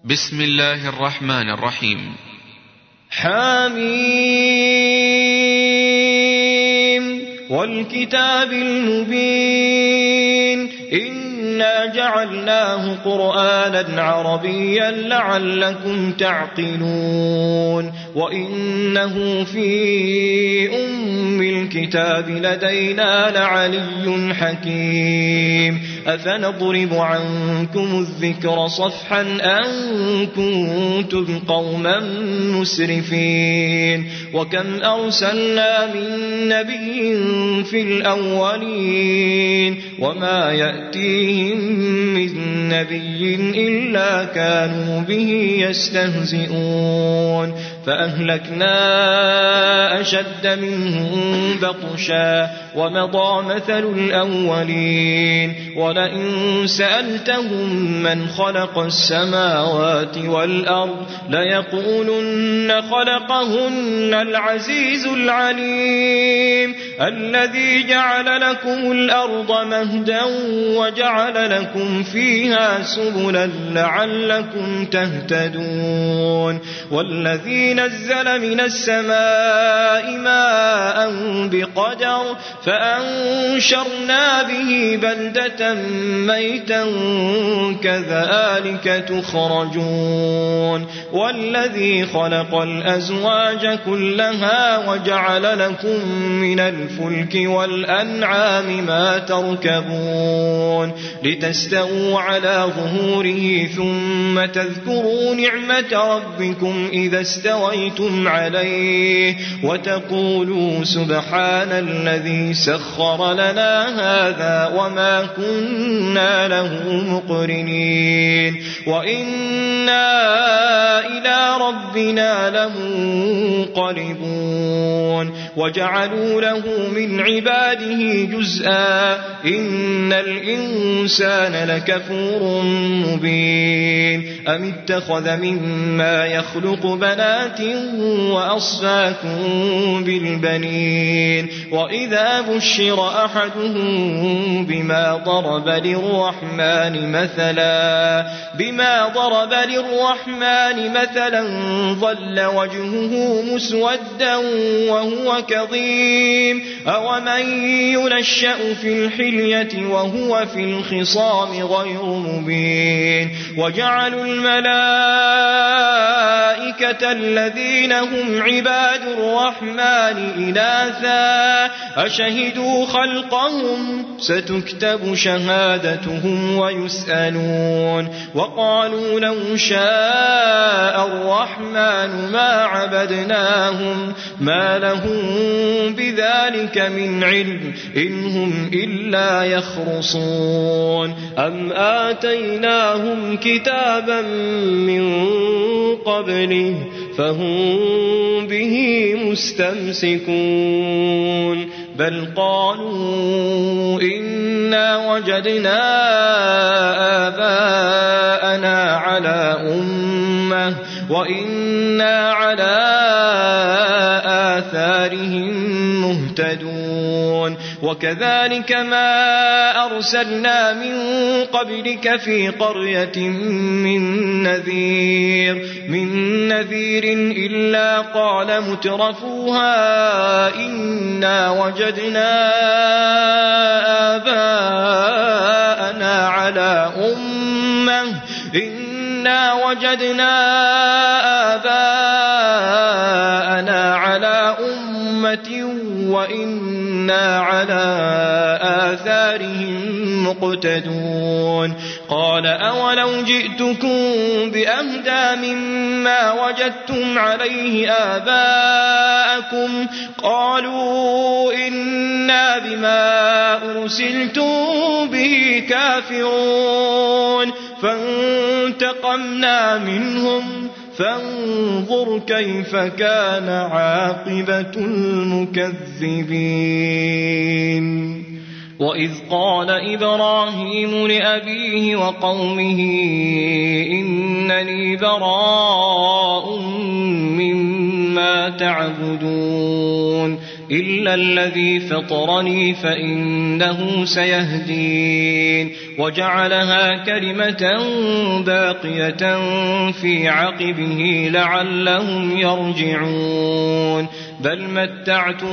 بسم الله الرحمن الرحيم. حميم والكتاب المبين إنا جعلناه قرآنا عربيا لعلكم تعقلون وإنه في أم الكتاب لدينا لعلي حكيم أفنضرب عنكم الذكر صفحا أن كنتم قوما مسرفين وكم أرسلنا من نبي في الأولين وما يأتيهم من نبي إلا كانوا به يستهزئون فأهلكنا أشد منهم بطشا ومضى مثل الأولين ولئن سألتهم من خلق السماوات والأرض ليقولن خلقهن العزيز العليم الذي جعل لكم الأرض مهدا وجعل لكم فيها سبلا لعلكم تهتدون والذي نزل من السماء ماء بقدر فأنشرنا به بلدة ميتا كذلك تخرجون والذي خلق الأزواج كلها وجعل لكم من الفلك والأنعام ما تركبون لتستووا على ظهوره ثم تذكروا نعمة ربكم إذا استويتم عليه وتقولوا سبحان الذي سخر لنا هذا وما كنا له مقرنين وإنا إلى ربنا لمنقلبون وجعلوا له من عباده جزءا إن الإنسان لكفور مبين أم اتخذ مما يخلق بنات وأصفاكم بالبنين وإذا بشر أحدهم بما ضرب للرحمن مثلا ظل وجهه مسودا وهو كظيم أومن ينشأ في الحلية وهو في الخصام غير مبين وجعلوا الملائكة الذين هم عباد الرحمن إناثا أشهدوا خلقهم ستكتب شهادتهم ويسألون وقالوا لو شاء الرحمن ما عبدناهم ما لهم بذلك من علم إن هم إلا يخرصون أم آتيناهم كتابا من قبله فهم به مستمسكون بل قالوا إنا وجدنا آباءنا على أمة وإنا على آثارهم مهتدون وكذلك ما أرسلنا من قبلك في قرية من نذير إلا قال مترفوها إنا وجدنا آباءنا على أمة وإنا على آثارهم مقتدون قال أولو جئتكم بأهدى مما وجدتم عليه آباءكم قالوا إنا بما أرسلتم به كافرون فانتقمنا منهم فانظر كيف كان عاقبة المكذبين وإذ قال إبراهيم لأبيه وقومه إنني براء مما تعبدون إلا الذي فطرني فإنه سيهدين وجعلها كلمة باقية في عقبه لعلهم يرجعون بل متعت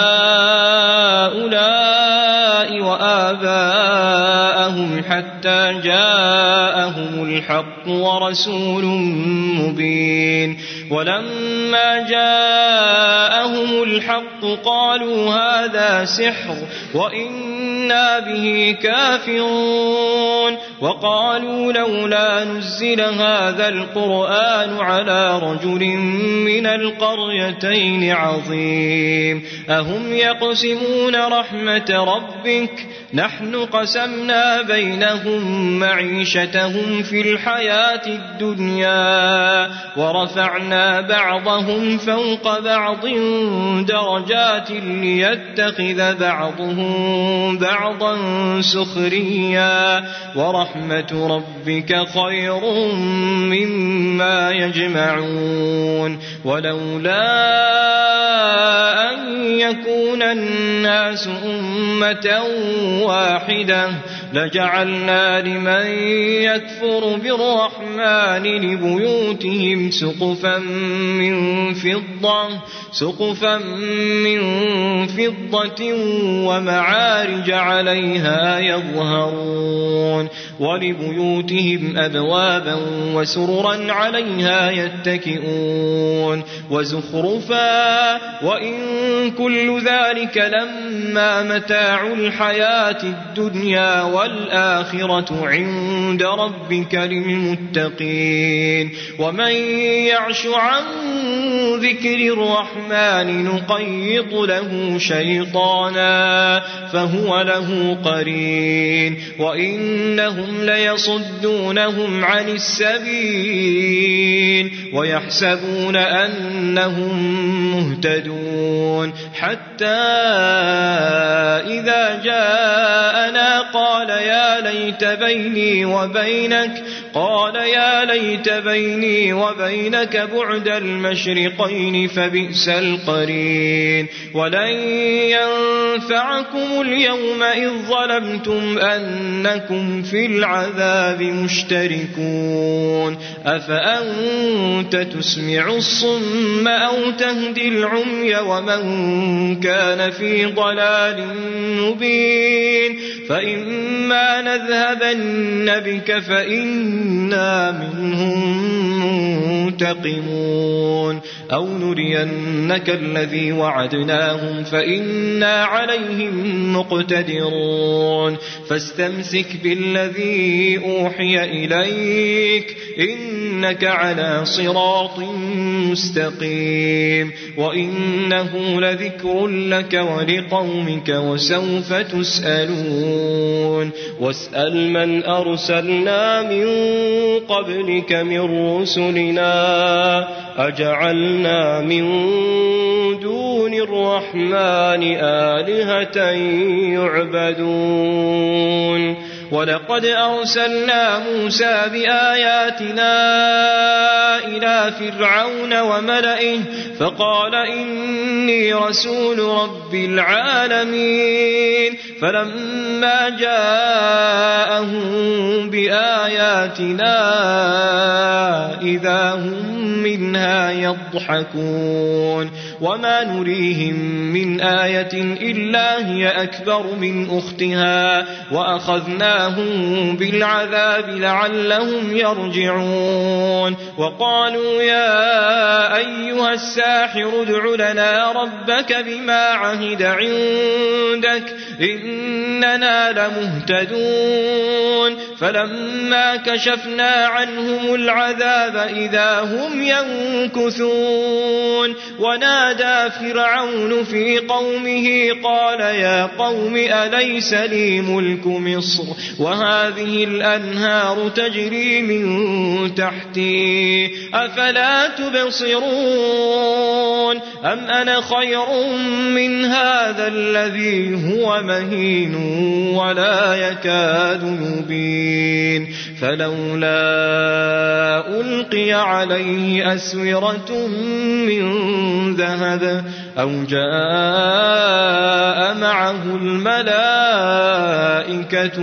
هؤلاء وآباءهم حتى جاءهم الحق ورسول مبين ولما جاءهم الحق قالوا هذا سحر وإنا به كافرون وقالوا لولا نزل هذا القرآن على رجل من القريتين عظيم أهم يقسمون رحمة ربك نحن قسمنا بينهم معيشتهم في الحياة الدنيا ورفعنا بعضهم فوق بعض درجات ليتخذ بعضهم بعضا سخريا ورحمة ربك خير مما يجمعون ولولا أن يكون الناس أمة واحدة لجعلنا لمن يكفر بالرحمن لبيوتهم سقفا من فضة ومعارج عليها يظهرون ولبيوتهم أبوابا وسررا عليها يتكئون وزخرفا وإن كل ذلك لما متاع الحياة الدنيا والآخرة عند ربك للمتقين ومن يعش عن ذكر الرحمن نقيض له شيطانا فهو له قرين وإنهم ليصدونهم عن السبيل ويحسبون أنهم مهتدون حتى إذا جاءنا قال يا ليت بيني وبينك بعد المشرقين فبئس القرين ولن ينفعكم اليوم إذ ظلمتم أنكم في العذاب مشتركون أفأنت تسمع الصم أو تهدي العمي ومن كان في ضلال مبين فإما نذهبن بك فإنا منهم منتقمون أو نرينك الذي وعدناهم فإنا عليهم مقتدرون فاستمسك بالذي أوحي إليك إنك على صراط مستقيم وإنه لذكر لك ولقومك وسوف تسألون واسأل من أرسلنا من قبلك من رسلنا أجعلنا من دون الرحمن آلهة يعبدون ولقد أرسلنا موسى بآياتنا إلى فرعون وملئه فقال إني رسول رب العالمين فلما جاءهم بآياتنا إذا هم منها يضحكون وما نريهم من آية إلا هي أكبر من أختها وأخذناهم بالعذاب لعلهم يرجعون وقالوا يا أيها الساحر ادع لنا ربك بما عهد عندك إننا لمهتدون فلما كشفنا عنهم العذاب إذا هم ينكثون ونادى فرعون في قومه قال يا قوم أليس لي ملك مصر وهذه الأنهار تجري من تحتي أفلا تبصرون أم أنا خير من هذا الذي هو مهين ولا يكاد يبين فلولا ألقي عليه أسورة من ذهب أو جاء معه الملائكة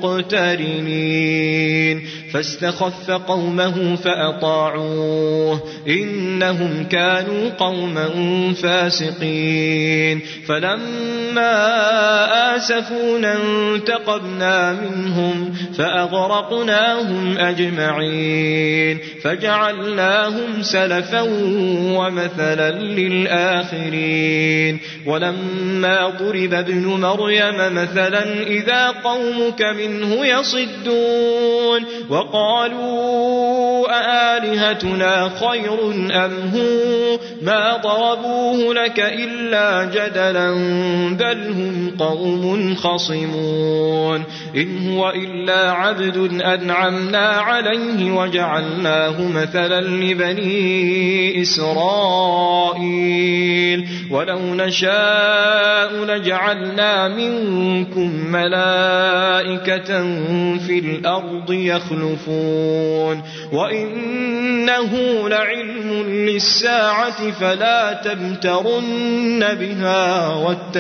مقترنين فاستخف قومه فأطاعوه إنهم كانوا قوما فاسقين فلما آسفونا انتقمنا منهم فأغرقناهم أجمعين فجعلناهم سلفا ومثلا للآخرين ولما ضرب ابن مريم مثلا إذا قومك منه يصدون وقالوا أآلهتنا خير أم هو ما ضربوه لك إلا جدلا بل هم قوم خصمون إن هو إلا عبد أنعمنا عليه وجعلناه مثلا لبني إسرائيل ولو نشاء لجعلنا منكم ملائكة في الأرض يخلفون وإنه لعلم للساعة فلا تمترن بها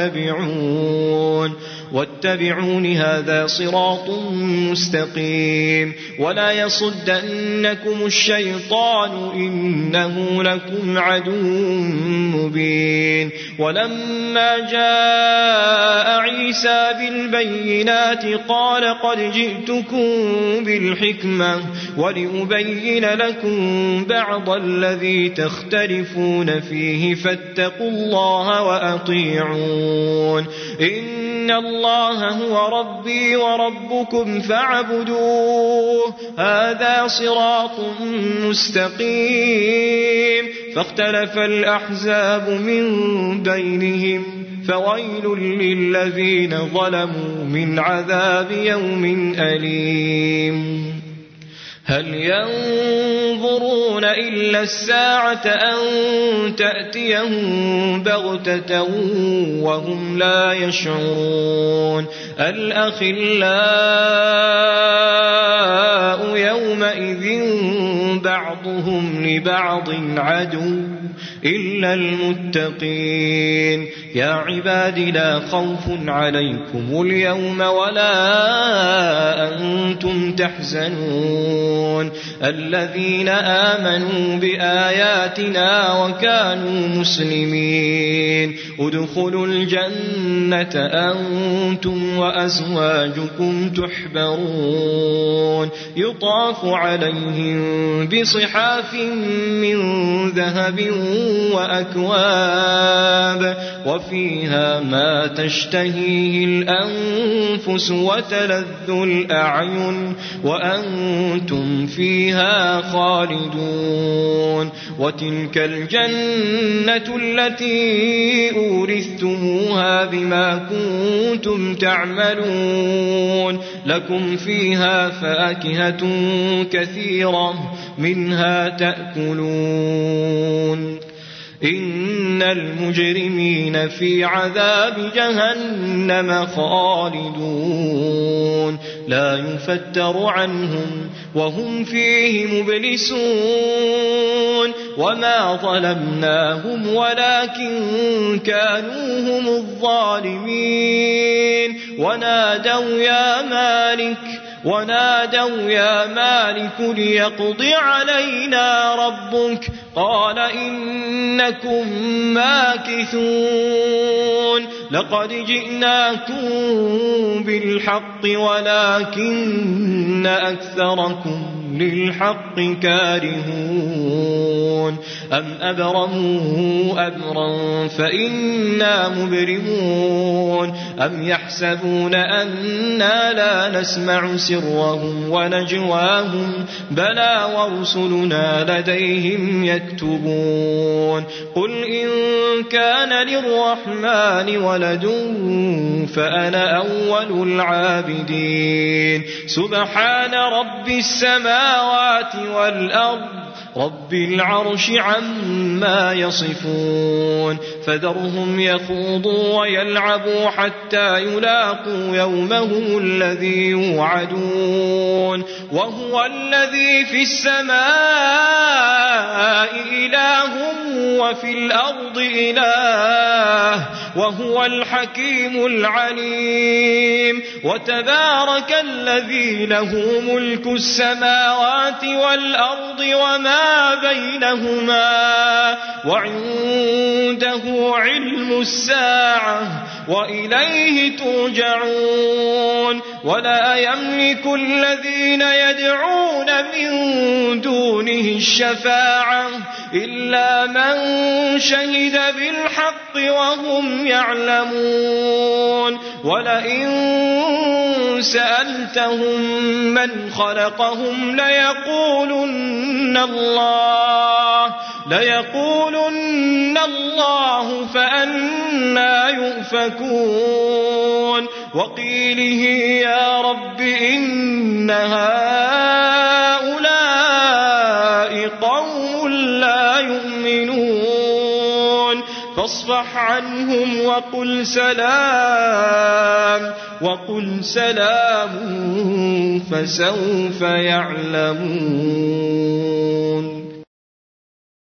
واتبعون هذا صراط مستقيم ولا يصدنكم الشيطان إنه لكم عدو مبين ولما جاء عيسى بالبينات قال قد جئتكم بالحكمة ولأبين لكم بعض الذي تختلفون فيه فاتقوا الله وأطيعون إن الله هو ربي وربكم فاعبدوه هذا صراط مستقيم فاختلف الأحزاب من بينهم فويل للذين ظلموا من عذاب يوم أليم هل ينظرون إلا الساعة أن تأتيهم بغتة وهم لا يشعرون الأخلاء يومئذ بعضهم لبعض عدو إلا المتقين يا عباد لا خوف عليكم اليوم ولا أنتم تحزنون الذين آمنوا بآياتنا وكانوا مسلمين ادخلوا الجنة أنتم وأزواجكم تحبرون يطاف عليهم بصحاف من ذهب وأكواب وفيها ما تشتهيه الأنفس وتلذ الأعين وأنتم فيها خالدون وتلك الجنة التي أورثتموها بما كنتم تعملون لكم فيها فاكهة كثيرة منها تأكلون إن المجرمين في عذاب جهنم خالدون لا يفتر عنهم وهم فيه مبلسون وما ظلمناهم ولكن كانوا هم الظالمين ونادوا يا مالك ليقض علينا ربك قال إنكم ماكثون لقد جئناكم بالحق ولكن أكثركم للحق كارهون أم أبرموا أمرا فإنا مبرمون أم يحسبون أنا لا نسمع سرهم ونجواهم بلى ورسلنا لديهم يكتبون قل إن كان للرحمن ولد فأنا أول العابدين سبحان رب السماوات السماوات والأرض رب العرش عما يصفون فذرهم يخوضوا ويلعبوا حتى يلاقوا يومهم الذي يوعدون وهو الذي في السماء إله وفي الأرض إله وهو الحكيم العليم وتبارك الذي له ملك السماوات والأرض وما بينهما وعنده علم الساعة وإليه ترجعون ولا يملك الذين يدعون من دونه الشفاعة إلا من شهد بالحق وهم يعلمون ولئن سألتهم من خلقهم ليقولن الله فأنى يؤفكون وقيله يا رب إن هؤلاء قوم لا يؤمنون فاصفح عنهم وقل سلام فسوف يعلمون.